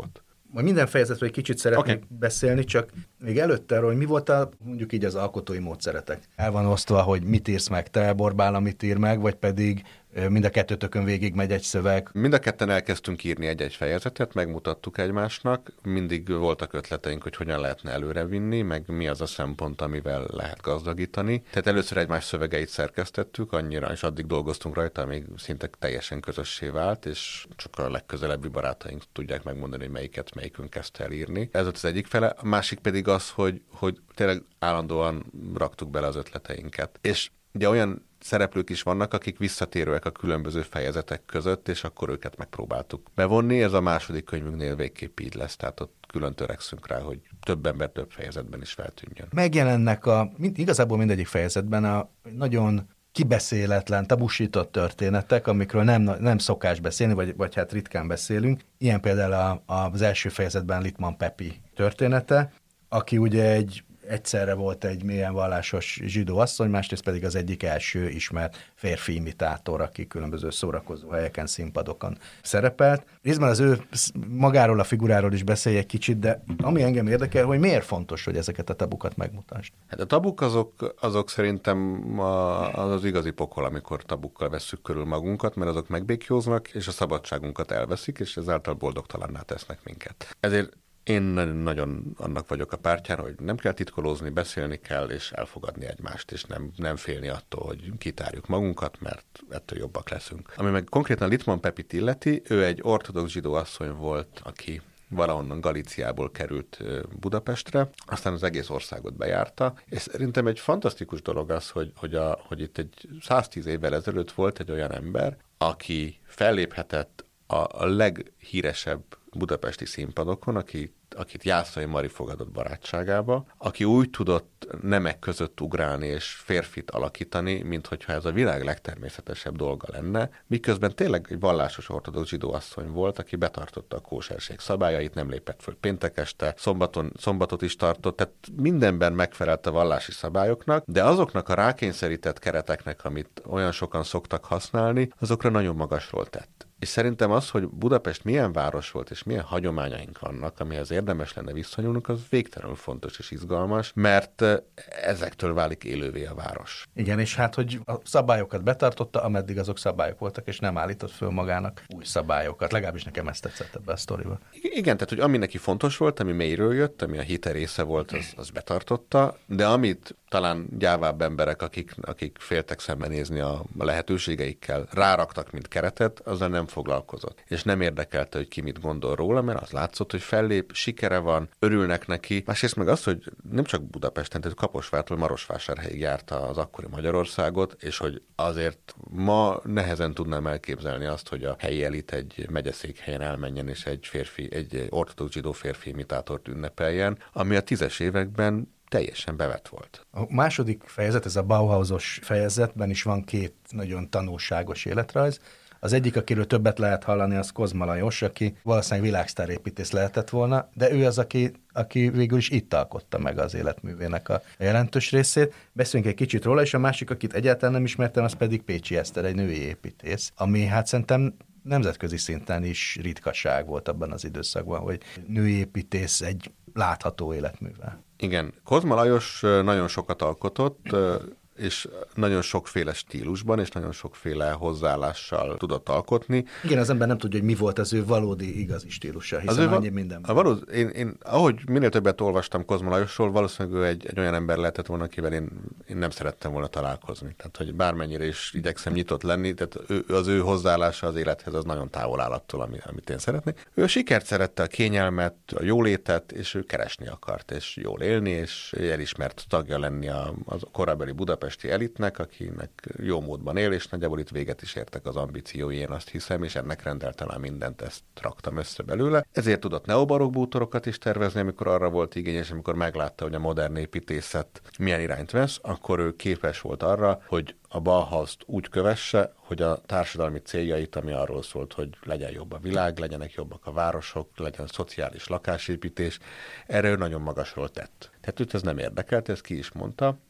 Majd minden fejezetről egy kicsit szeretnék okay. beszélni, csak még előtte arról, hogy mi volt a, mondjuk így az alkotói módszeretek. El van osztva, hogy mit írsz meg te, Borbála mit ír meg, vagy pedig mind a kettőtökön végig megy egy szöveg. Mind a ketten elkezdtünk írni egy-egy fejezetet, megmutattuk egymásnak, mindig voltak ötleteink, hogy hogyan lehetne előrevinni, meg mi az a szempont, amivel lehet gazdagítani. Tehát először egymás szövegeit szerkesztettük, annyira, és addig dolgoztunk rajta, amíg szinte teljesen közössé vált, és csak a legközelebbi barátaink tudják megmondani, hogy melyiket melyikünk kezdte el írni. Ez volt az egyik fele, a másik pedig az, hogy, hogy tényleg állandóan raktuk bele az ötleteinket. És ugye olyan szereplők is vannak, akik visszatérőek a különböző fejezetek között, és akkor őket megpróbáltuk bevonni. Ez a második könyvünknél végképp így lesz, tehát ott külön törekszünk rá, hogy több ember több fejezetben is feltűnjön. Megjelennek a, mind, igazából mindegyik fejezetben a nagyon kibeszéletlen, tabusított történetek, amikről nem, nem szokás beszélni, vagy, vagy hát ritkán beszélünk. Ilyen például a, az első fejezetben Littmann Pepi története, aki ugye egy egyszerre volt egy mélyen vallásos zsidó asszony, másrészt pedig az egyik első ismert férfi imitátor, aki különböző szórakozó helyeken, színpadokon szerepelt. Részben az ő magáról a figuráról is beszélj egy kicsit, de ami engem érdekel, hogy miért fontos, hogy ezeket a tabukat megmutasd. Hát a tabuk azok, azok szerintem az, az igazi pokol, amikor tabukkal vesszük körül magunkat, mert azok megbékjóznak, és a szabadságunkat elveszik, és ezáltal boldogtalanná tesznek minket. Ezért én nagyon annak vagyok a pártjára, hogy nem kell titkolózni, beszélni kell, és elfogadni egymást, és nem, nem félni attól, hogy kitárjuk magunkat, mert ettől jobbak leszünk. Ami meg konkrétan Littmann Pepit illeti, ő egy ortodox zsidó asszony volt, aki valahonnan Galíciából került Budapestre, aztán az egész országot bejárta, és szerintem egy fantasztikus dolog az, hogy, hogy, a, hogy itt egy száztíz évvel ezelőtt volt egy olyan ember, aki felléphetett a, a leghíresebb budapesti színpadokon, aki, akit Jászai Mari fogadott barátságába, aki úgy tudott nemek között ugrálni és férfit alakítani, mint hogyha ez a világ legtermészetesebb dolga lenne, miközben tényleg egy vallásos ortodox zsidó asszony volt, aki betartotta a kóserség szabályait, nem lépett föl péntek este, szombaton, szombatot is tartott, tehát mindenben megfelelt a vallási szabályoknak, de azoknak a rákényszerített kereteknek, amit olyan sokan szoktak használni, azokra nagyon magasról tett. És szerintem az, hogy Budapest milyen város volt, és milyen hagyományaink vannak, amihez érdemes lenne visszanyúlnunk, az végtelenül fontos és izgalmas, mert ezektől válik élővé a város. Igen, és hát, hogy a szabályokat betartotta, ameddig azok szabályok voltak, és nem állított föl magának új szabályokat. Legalábbis nekem ezt tetszett ebbe a sztoriba. Igen, tehát, hogy ami neki fontos volt, ami mélyről jött, ami a hite része volt, az, az betartotta, de amit talán gyávább emberek, akik, akik féltek szembenézni a lehetőségeikkel, ráraktak, mint keretet, azzal nem foglalkozott. És nem érdekelte, hogy ki mit gondol róla, mert az látszott, hogy fellép, sikere van, örülnek neki. Másrészt meg az, hogy nem csak Budapesten, tehát Kaposvártól Marosvásárhelyig járta az akkori Magyarországot, és hogy azért ma nehezen tudnám elképzelni azt, hogy a helyi elit egy megyeszékhelyen elmenjen, és egy férfi, egy ortodox zsidó férfi imitátort ünnepeljen, ami a tízes években teljesen bevett volt. A második fejezet, ez a Bauhausos fejezetben is van két nagyon tanulságos életrajz. Az egyik, akiről többet lehet hallani, az Kozma Lajos, aki valószínűleg világsztárépítész lehetett volna, de ő az, aki, aki végül is itt alkotta meg az életművének a jelentős részét. Beszéljünk egy kicsit róla, és a másik, akit egyáltalán nem ismertem, az pedig Pécsi Eszter, egy női építész, ami hát szerintem nemzetközi szinten is ritkaság volt abban az időszakban, hogy női építész egy látható életművel. Igen, Kozma Lajos nagyon sokat alkotott, és nagyon sokféle stílusban, és nagyon sokféle hozzáállással tudott alkotni. Igen, az ember nem tudja, hogy mi volt az ő valódi, igazi stílusa, hiszen annyi val- minden. A valód, én, én, ahogy minél többet olvastam Kozma Lajosról, valószínűleg ő egy, egy olyan ember lehetett volna, akivel én, én nem szerettem volna találkozni. Tehát, hogy bármennyire is igyekszem nyitott lenni, tehát ő, az ő hozzáállása az élethez az nagyon távol áll attól, amit én szeretnék. Ő a sikert szerette, a kényelmet, a jólétet, és ő keresni akart, és jól élni, és elismert tagja lenni a, az korabeli Budapest elitnek, akinek jó módban él, és nagyjából itt véget is értek az ambíciói, én azt hiszem, és ennek rendelt talán mindent, ezt raktam össze belőle. Ezért tudott neobarokk bútorokat is tervezni, amikor arra volt igény, és amikor meglátta, hogy a modern építészet milyen irányt vesz, akkor ő képes volt arra, hogy a Bauhaust úgy kövesse, hogy a társadalmi céljait, ami arról szólt, hogy legyen jobb a világ, legyenek jobbak a városok, legyen szociális lakásépítés, erre ő nagyon magasról tett. Tehát őt ez nem érdekelt, ezt ki is mondta,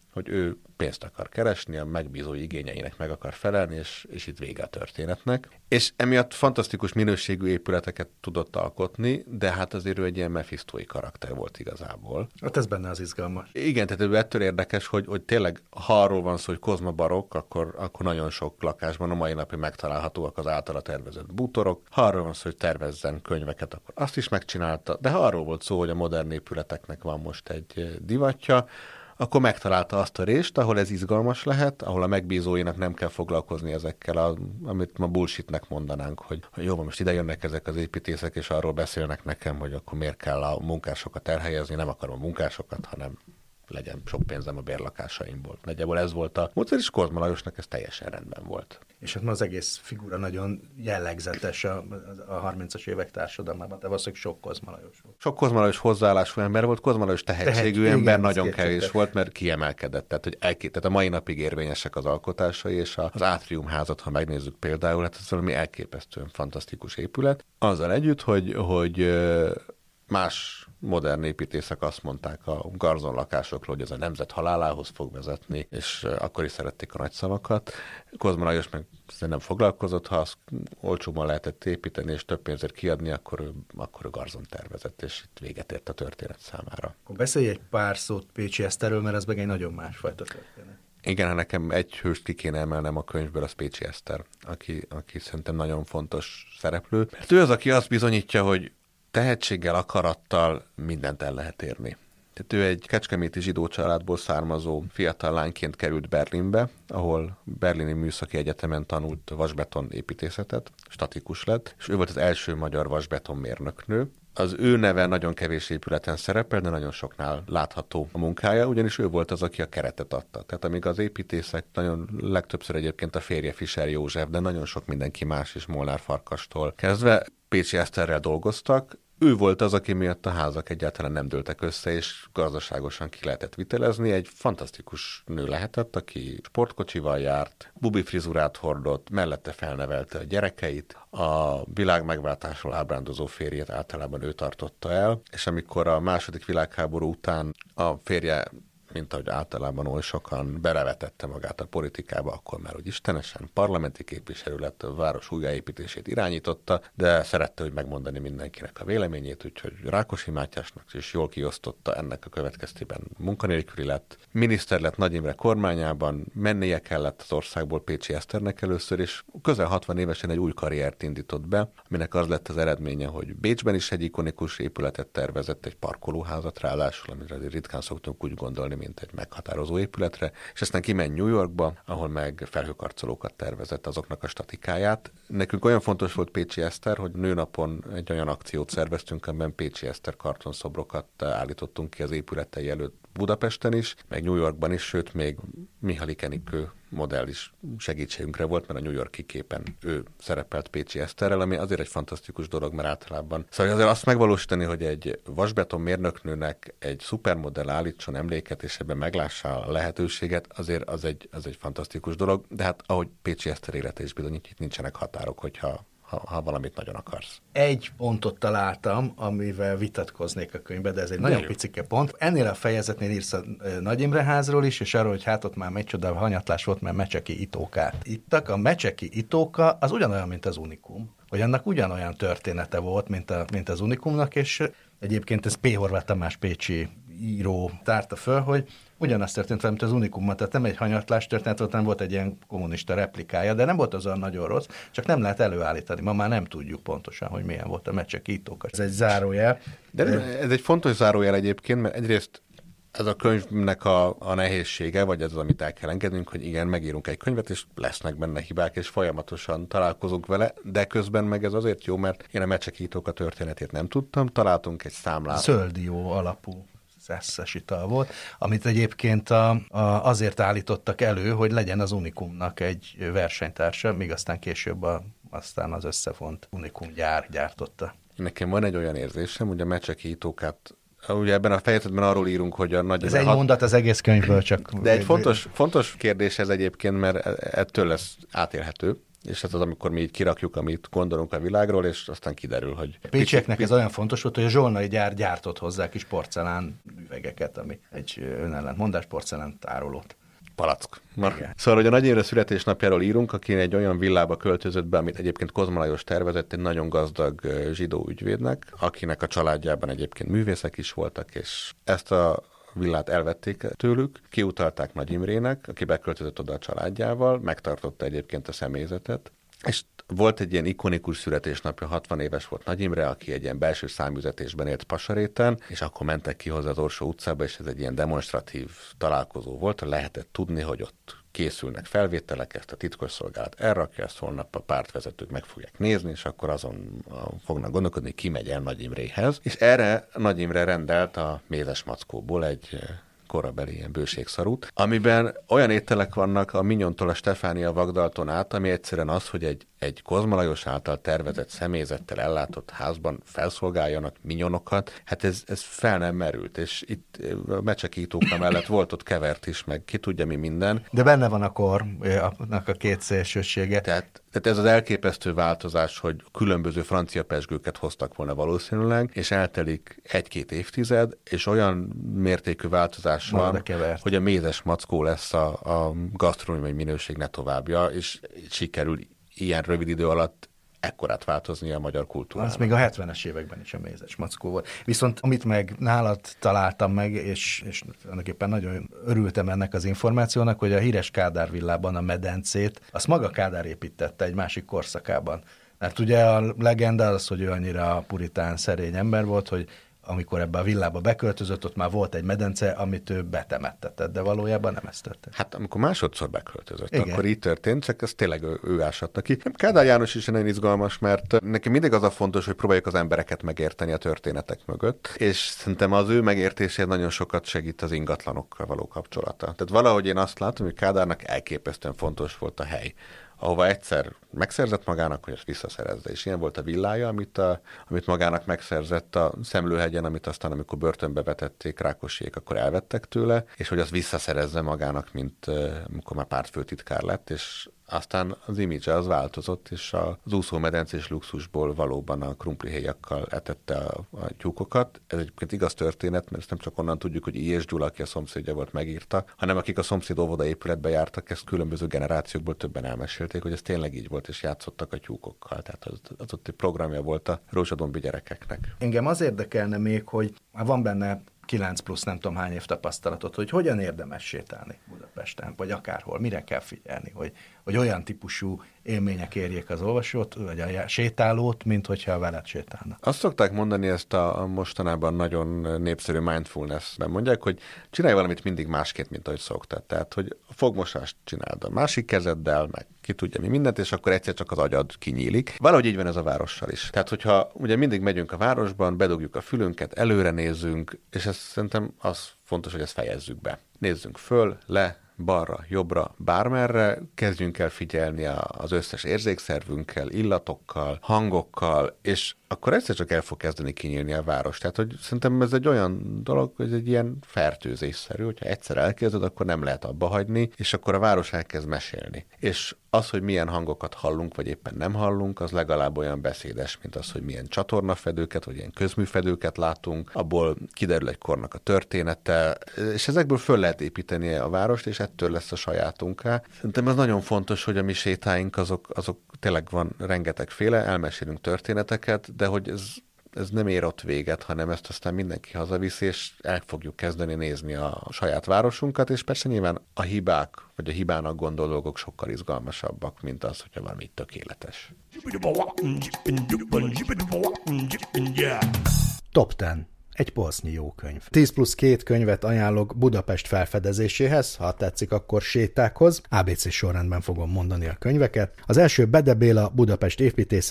hogy ő pénzt akar keresni, a megbízói igényeinek meg akar felelni, és, és itt vége a történetnek. És emiatt fantasztikus minőségű épületeket tudott alkotni, de hát azért ő egy ilyen mephisztói karakter volt igazából. Hát ez benne az izgalmas. Igen, tehát ő ettől érdekes, hogy, hogy tényleg, ha arról van szó, hogy kozma barokk, akkor, akkor nagyon sok lakásban a mai napig megtalálhatóak az általa tervezett bútorok. Ha arról van szó, hogy tervezzen könyveket, akkor azt is megcsinálta. De ha arról volt szó, hogy a modern épületeknek van most egy divatja, akkor megtalálta azt a részt, ahol ez izgalmas lehet, ahol a megbízóinak nem kell foglalkozni ezekkel, a, amit ma bullshitnek mondanánk, hogy jó, most ide jönnek ezek az építészek, és arról beszélnek nekem, hogy akkor miért kell a munkásokat elhelyezni, nem akarom a munkásokat, hanem legyen sok pénzem a bérlakásaimból. Nagyjából ez volt a módszer, és Kozma Lajosnak ez teljesen rendben volt. És hát ma az egész figura nagyon jellegzetes a, a harmincas évek társadalmában, de valószínűleg sok Kozma Lajos volt. Sok Kozma Lajos hozzáállású ember volt, Kozma Lajos tehetségű Tehet, ember igen, nagyon kevés volt, mert kiemelkedett. Tehát, hogy elké... Tehát a mai napig érvényesek az alkotásai, és az Átrium házat, ha megnézzük például, hát ez valami elképesztően fantasztikus épület. Azzal együtt, hogy, hogy más modern építészek azt mondták a garzon lakásokról, hogy ez a nemzet halálához fog vezetni, és akkor is szerették a nagy szavakat. Kozma Lajos meg nem foglalkozott, ha azt olcsóban lehetett építeni, és több pénzért kiadni, akkor ő, akkor ő garzon tervezett, és itt véget ért a történet számára. Akkor beszélj egy pár szót Pécsi Eszterről, mert ez meg egy nagyon másfajta történet. Igen, ha nekem egy hőst ki kéne emelnem a könyvből, az Pécsi Eszter, aki, aki szerintem nagyon fontos szereplő. Mert ő az, aki azt bizonyítja, hogy tehetséggel, akarattal mindent el lehet érni. Tehát ő egy kecskeméti zsidó családból származó fiatal lányként került Berlinbe, ahol Berlini Műszaki Egyetemen tanult vasbeton építészetet, statikus lett, és ő volt az első magyar vasbeton mérnöknő. Az ő neve nagyon kevés épületen szerepel, de nagyon soknál látható a munkája, ugyanis ő volt az, aki a keretet adta. Tehát amíg az építészek, nagyon legtöbbször egyébként a férje Fischer József, de nagyon sok mindenki más is, Molnár Farkastól kezdve Pécsi Eszterrel dolgoztak, ő volt az, aki miatt a házak egyáltalán nem dőltek össze, és gazdaságosan ki lehetett vitelezni. Egy fantasztikus nő lehetett, aki sportkocsival járt, bubi frizurát hordott, mellette felnevelte a gyerekeit, a világ megváltásról ábrándozó férjét általában ő tartotta el, és amikor a második világháború után a férje, mint ahogy általában oly sokan, belevetette magát a politikába, akkor már úgy istenesen parlamenti képviselő lett, a város újjáépítését irányította, de szerette, hogy megmondani mindenkinek a véleményét, úgyhogy Rákosi Mátyásnak is jól kiosztotta, ennek a következtében munkanélküli lett. Miniszter lett Nagy Imre kormányában, mennie kellett az országból Pécsi Eszternek először, és közel hatvan évesen egy új karriert indított be, aminek az lett az eredménye, hogy Bécsben is egy ikonikus épületet tervezett, egy parkolóházat ráadásul, amire ritkán szoktunk úgy gondolni, mint egy meghatározó épületre, és aztán kiment New Yorkba, ahol meg felhőkarcolókat tervezett, azoknak a statikáját. Nekünk olyan fontos volt Pécsi Eszter, hogy nőnapon egy olyan akciót szerveztünk, amiben Pécsi Eszter kartonszobrokat állítottunk ki az épületei előtt Budapesten is, meg New Yorkban is, sőt még Mihály Enikő modell is segítségünkre volt, mert a New York-i képen ő szerepelt Pécsi Eszterrel, ami azért egy fantasztikus dolog, mert általában. Szóval azért azt megvalósítani, hogy egy vasbeton mérnöknőnek egy szupermodell állítson emléket, és ebben meglássa a lehetőséget, azért az egy, az egy fantasztikus dolog, de hát ahogy Pécsi Eszter élete is bizonyít, itt nincsenek határok, hogyha Ha, ha valamit nagyon akarsz. Egy pontot találtam, amivel vitatkoznék a könyvbe, de ez egy de nagyon jó. Picike pont. Ennél a fejezetnél írsz a Nagy Imre házról is, és arról, hogy hát ott már micsoda hanyatlás volt, mert mecseki itókát ittak. A mecseki itóka az ugyanolyan, mint az Unikum. Hogy annak ugyanolyan története volt, mint, a, mint az Unikumnak, és egyébként ez P. Horváth Tamás pécsi író tárta föl, hogy ugyanazt történt velem, mint az Unikumban, tehát nem egy hanyatlás történet volt, nem volt egy ilyen kommunista replikája, de nem volt az olyan nagyon rossz, csak nem lehet előállítani. Ma már nem tudjuk pontosan, hogy milyen volt a mecseki itóka. Ez egy zárójel. De ez egy fontos zárójel egyébként, mert egyrészt ez a könyvnek a, a nehézsége, vagy ez az, amit el kell engednünk, hogy igen, megírunk egy könyvet, és lesznek benne hibák, és folyamatosan találkozunk vele, de közben meg ez azért jó, mert én a mecseki itóka történetét nem tudtam, találtunk egy számlát. Zölddió alapú szeszes ital volt, amit egyébként a, a, azért állítottak elő, hogy legyen az Unikumnak egy versenytársa, míg aztán később a, aztán az összefont Unikum gyár gyártotta. Nekem van egy olyan érzésem, hogy a mecseki itókát, ugye ebben a fejezetben arról írunk, hogy a Nagy Ez egy hat... mondat az egész könyvből csak. De egy fontos, fontos kérdés ez egyébként, mert ettől lesz átélhető. és ez az, amikor mi így kirakjuk, amit gondolunk a világról, és aztán kiderül, hogy... A pécsieknek picit... ez olyan fontos volt, hogy a zsolnai gyár gyártott hozzá kis porcelán üvegeket, ami egy önellentmondás porcelán tárolót. Palack. Szóval, hogy a Nagy Imre születésnapjáról írunk, aki egy olyan villába költözött be, amit egyébként Kozma Lajos tervezett, egy nagyon gazdag zsidó ügyvédnek, akinek a családjában egyébként művészek is voltak, és ezt a villát elvették tőlük, kiutalták Nagy Imrének, aki beköltözött oda a családjával, megtartotta egyébként a személyzetet, és volt egy ilyen ikonikus születésnapja, hatvan éves volt Nagy Imre, aki egy ilyen belső száműzetésben élt Pasaréten, és akkor mentek ki hozzá az Orsó utcába, és ez egy ilyen demonstratív találkozó volt, lehetett tudni, hogy ott készülnek felvételek, ezt a titkosszolgálat elrakja, ezt holnap a pártvezetők meg fogják nézni, és akkor azon fognak gondolkodni, ki megy el Nagy Imréhez. És erre Nagy Imre rendelt a Mézes Mackóból egy korabeli ilyen bőségszarút, amiben olyan ételek vannak a Minyontól a Stefánia Vagdalton át, ami egyszerűen az, hogy egy, egy Kozma Lajos által tervezett személyzettel ellátott házban felszolgáljanak minyonokat, hát ez, ez fel nem merült, és itt a mecsekítókra mellett volt ott kevert is, meg ki tudja mi minden. De benne van a kornak a két szélsősége. Tehát Tehát ez az elképesztő változás, hogy különböző francia pezsgőket hoztak volna valószínűleg, és eltelik egy-két évtized, és olyan mértékű változás van, a hogy a Mézes Mackó lesz a, a gasztronómiai minőség ne továbbja, és sikerül ilyen rövid idő alatt ekkorát változni a magyar kultúrának. Az még a hetvenes években is a Mézes Mackó volt. Viszont amit meg nálad találtam meg, és, és annak nagyon örültem ennek az információnak, hogy a híres Kádár villában a medencét, azt maga Kádár építette egy másik korszakában. Mert ugye a legenda az, hogy ő annyira puritán, szerény ember volt, hogy amikor ebbe a villába beköltözött, ott már volt egy medence, amit ő betemettetett, de valójában nem ezt történt. Hát amikor másodszor beköltözött, igen, akkor így történt, csak ez tényleg ő, ő ásatta ki. Kádár János is nagyon izgalmas, mert neki mindig az a fontos, hogy próbáljuk az embereket megérteni a történetek mögött, és szerintem az ő megértését nagyon sokat segít az ingatlanokkal való kapcsolata. Tehát valahogy én azt látom, hogy Kádárnak elképesztően fontos volt a hely, ahova egyszer megszerzett magának, hogy ezt visszaszerezze. És ilyen volt a villája, amit, a, amit magának megszerzett a Szemlőhegyen, amit aztán, amikor börtönbe vetették Rákosiék, akkor elvettek tőle, és hogy azt visszaszerezze magának, mint amikor már pártfőtitkár lett, és aztán az imidzse az változott, és az úszómedencés luxusból valóban a krumplihéjakkal etette a, a tyúkokat. Ez egyébként igaz történet, mert ezt nem csak onnan tudjuk, hogy I. és Gyula, aki a szomszédja volt, megírta, hanem akik a szomszéd óvodaépületbe jártak, ezt különböző generációkból többen elmesélték, hogy ez tényleg így volt, és játszottak a tyúkokkal. Tehát az, az ott egy programja volt a rózsadombi gyerekeknek. Engem az érdekelne még, hogy van benne kilenc plusz nem tudom hány év tapasztalatot, hogy hogyan érdemes sétálni Budapesten, vagy akárhol, mire kell figyelni, hogy, hogy olyan típusú élmények érjék az olvasót, vagy a sétálót, mint hogyha veled sétálna. Azt szokták mondani, ezt a mostanában nagyon népszerű mindfulness-ben mondják, hogy csinálj valamit mindig másként, mint ahogy szoktad. Tehát, hogy a fogmosást csináld a másik kezeddel, meg ki tudja mi mindent, és akkor egyszer csak az agyad kinyílik. Valahogy így van ez a várossal is. Tehát, hogyha ugye mindig megyünk a városban, bedugjuk a fülünket, előre nézzünk, és ez szerintem az fontos, hogy ezt fejezzük be. Nézzünk föl, le, balra, jobbra, bármerre, kezdjünk el figyelni az összes érzékszervünkkel, illatokkal, hangokkal, és akkor egyszer csak el fog kezdeni kinyílni a város. Tehát, hogy szerintem ez egy olyan dolog, hogy egy ilyen fertőzésszerű, hogyha egyszer elkezded, akkor nem lehet abba hagyni, és akkor a város elkezd mesélni. És az, hogy milyen hangokat hallunk, vagy éppen nem hallunk, az legalább olyan beszédes, mint az, hogy milyen csatornafedőket, vagy ilyen közműfedőket látunk, abból kiderül egy kornak a története, és ezekből föl lehet építeni a várost, és ettől lesz a sajátunká. Szerintem ez nagyon fontos, hogy a mi sétáink azok, azok tényleg van rengetegféle, elmesélünk történeteket, de hogy ez, ez nem ér ott véget, hanem ezt aztán mindenki hazavisz, és el fogjuk kezdeni nézni a saját városunkat, és persze nyilván a hibák, vagy a hibának gondol dolgok sokkal izgalmasabbak, mint az, hogyha valami tökéletes. Top tíz. Egy polsznyi jó könyv. tíz plusz két könyvet ajánlok Budapest felfedezéséhez, ha tetszik, akkor sétákhoz. á bé cé sorrendben fogom mondani a könyveket. Az első Bede Béla Budapest építészete,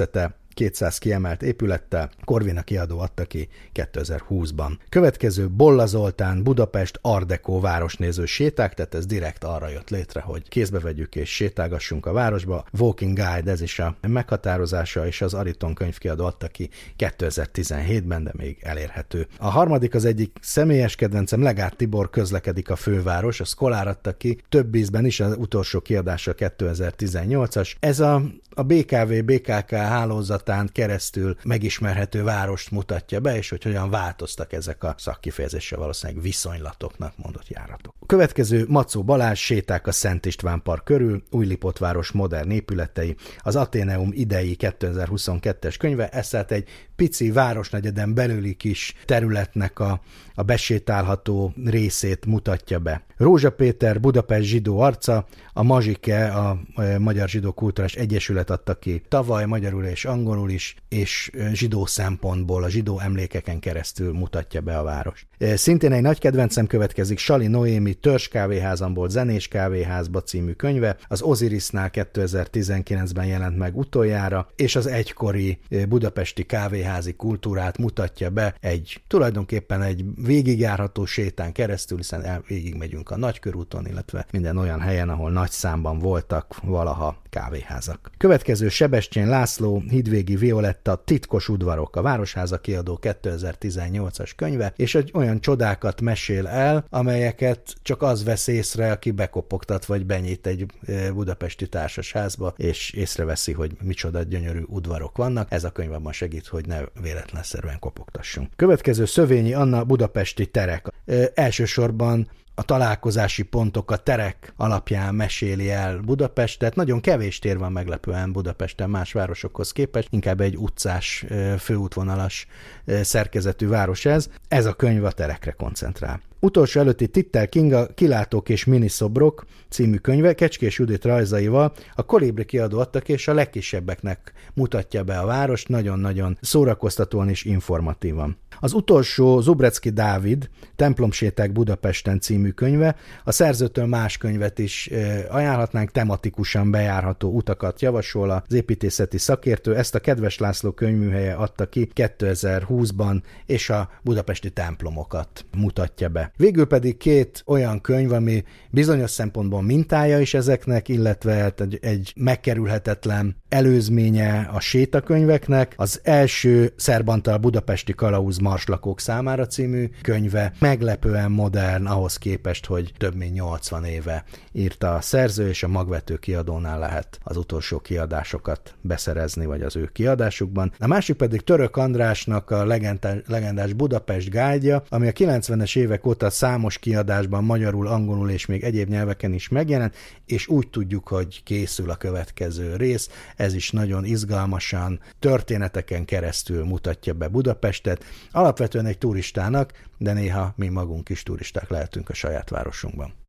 kétszáz kiemelt épülettel, Corvina kiadó adta ki kétezer-húszban. Következő Bolla Zoltán Budapest Art Deco városnéző séták, tehát ez direkt arra jött létre, hogy kézbe vegyük és sétálgassunk a városba. Walking Guide, ez is a meghatározása, és az Ariton könyvkiadó adta ki kétezer-tizenhétben, de még elérhető. A harmadik az egyik személyes kedvencem, Legát Tibor Közlekedik a főváros, a Szkolár adta ki, több ízben is, az utolsó kiadása kétezer-tizennyolcas. Ez a, a bé ká vé bé ká ká hálózatán keresztül megismerhető várost mutatja be, és hogy hogyan változtak ezek a szakkifejezéssel valószínűleg viszonylatoknak mondott járatok. A következő Macó Balázs Séták a Szent István Park körül, Újlipótváros modern épületei, az Atheneum idei kétezer-huszonkettes könyve, ez tehát egy pici városnegyeden belüli kis területnek a, a besétálható részét mutatja be. Rózsa Péter Budapest zsidó arca, a Mazsike, a Magyar Zsidó Kulturális Egyesület adta ki tavaly magyarul és angolul is, és zsidó szempontból, a zsidó emlékeken keresztül mutatja be a várost. Szintén egy nagy kedvencem következik, Sali Noémi Törzs kávéházamból Zenés kávéházba című könyve, az Osirisnál kétezer-tizenkilencben jelent meg utoljára, és az egykori budapesti kávéházi kultúrát mutatja be egy tulajdonképpen egy végigjárható sétán keresztül, hiszen el, végigmegyünk a Nagykörúton, illetve minden olyan helyen, ahol nagy számban voltak valaha kávéházak. Következő Sebestyén László Hídvégi Violetta Titkos udvarok, a Városháza kiadó kétezer-tizennyolcas könyve, és egy olyan csodákat mesél el, amelyeket csak az vesz észre, aki bekopogtat vagy benyit egy budapesti társasházba, és észreveszi, hogy micsoda gyönyörű udvarok vannak. Ez a könyv abban segít, hogy ne véletlenszerűen kopogtassunk. Következő Szövényi Anna Budapesti terek. E, elsősorban a találkozási pontok, a terek alapján meséli el Budapestet. Nagyon kevés tér van meglepően Budapesten más városokhoz képest, inkább egy utcás, főútvonalas szerkezetű város ez. Ez a könyv a terekre koncentrál. Utolsó előtti Tittel Kinga Kilátók és miniszobrok című könyve Kecskés Judit rajzaival a Kolibri kiadó adta ki, és a legkisebbeknek mutatja be a várost, nagyon-nagyon szórakoztatóan és informatívan. Az utolsó Zubrecki Dávid Templomséták Budapesten című könyve, a szerzőtől más könyvet is ajánlhatnánk, tematikusan bejárható utakat javasol az építészeti szakértő, ezt a Kedves László könyvműhelye adta ki kétezer-húszban, és a budapesti templomokat mutatja be. Végül pedig két olyan könyv, ami bizonyos szempontból mintája is ezeknek, illetve egy, egy megkerülhetetlen előzménye a sétakönyveknek. Az első Szerb Antal Budapesti Kalauz marslakók számára című könyve, meglepően modern ahhoz képest, hogy több mint nyolcvan éve írta a szerző, és a Magvető kiadónál lehet az utolsó kiadásokat beszerezni, vagy az ő kiadásukban. A másik pedig Török Andrásnak a legendás Budapest Guide-ja, ami a kilencvenes évek óta számos kiadásban magyarul, angolul és még egyéb nyelveken is megjelent, és úgy tudjuk, hogy készül a következő rész. Ez is nagyon izgalmasan, történeteken keresztül mutatja be Budapestet. Alapvetően egy turistának, de néha mi magunk is turisták lehetünk a saját városunkban.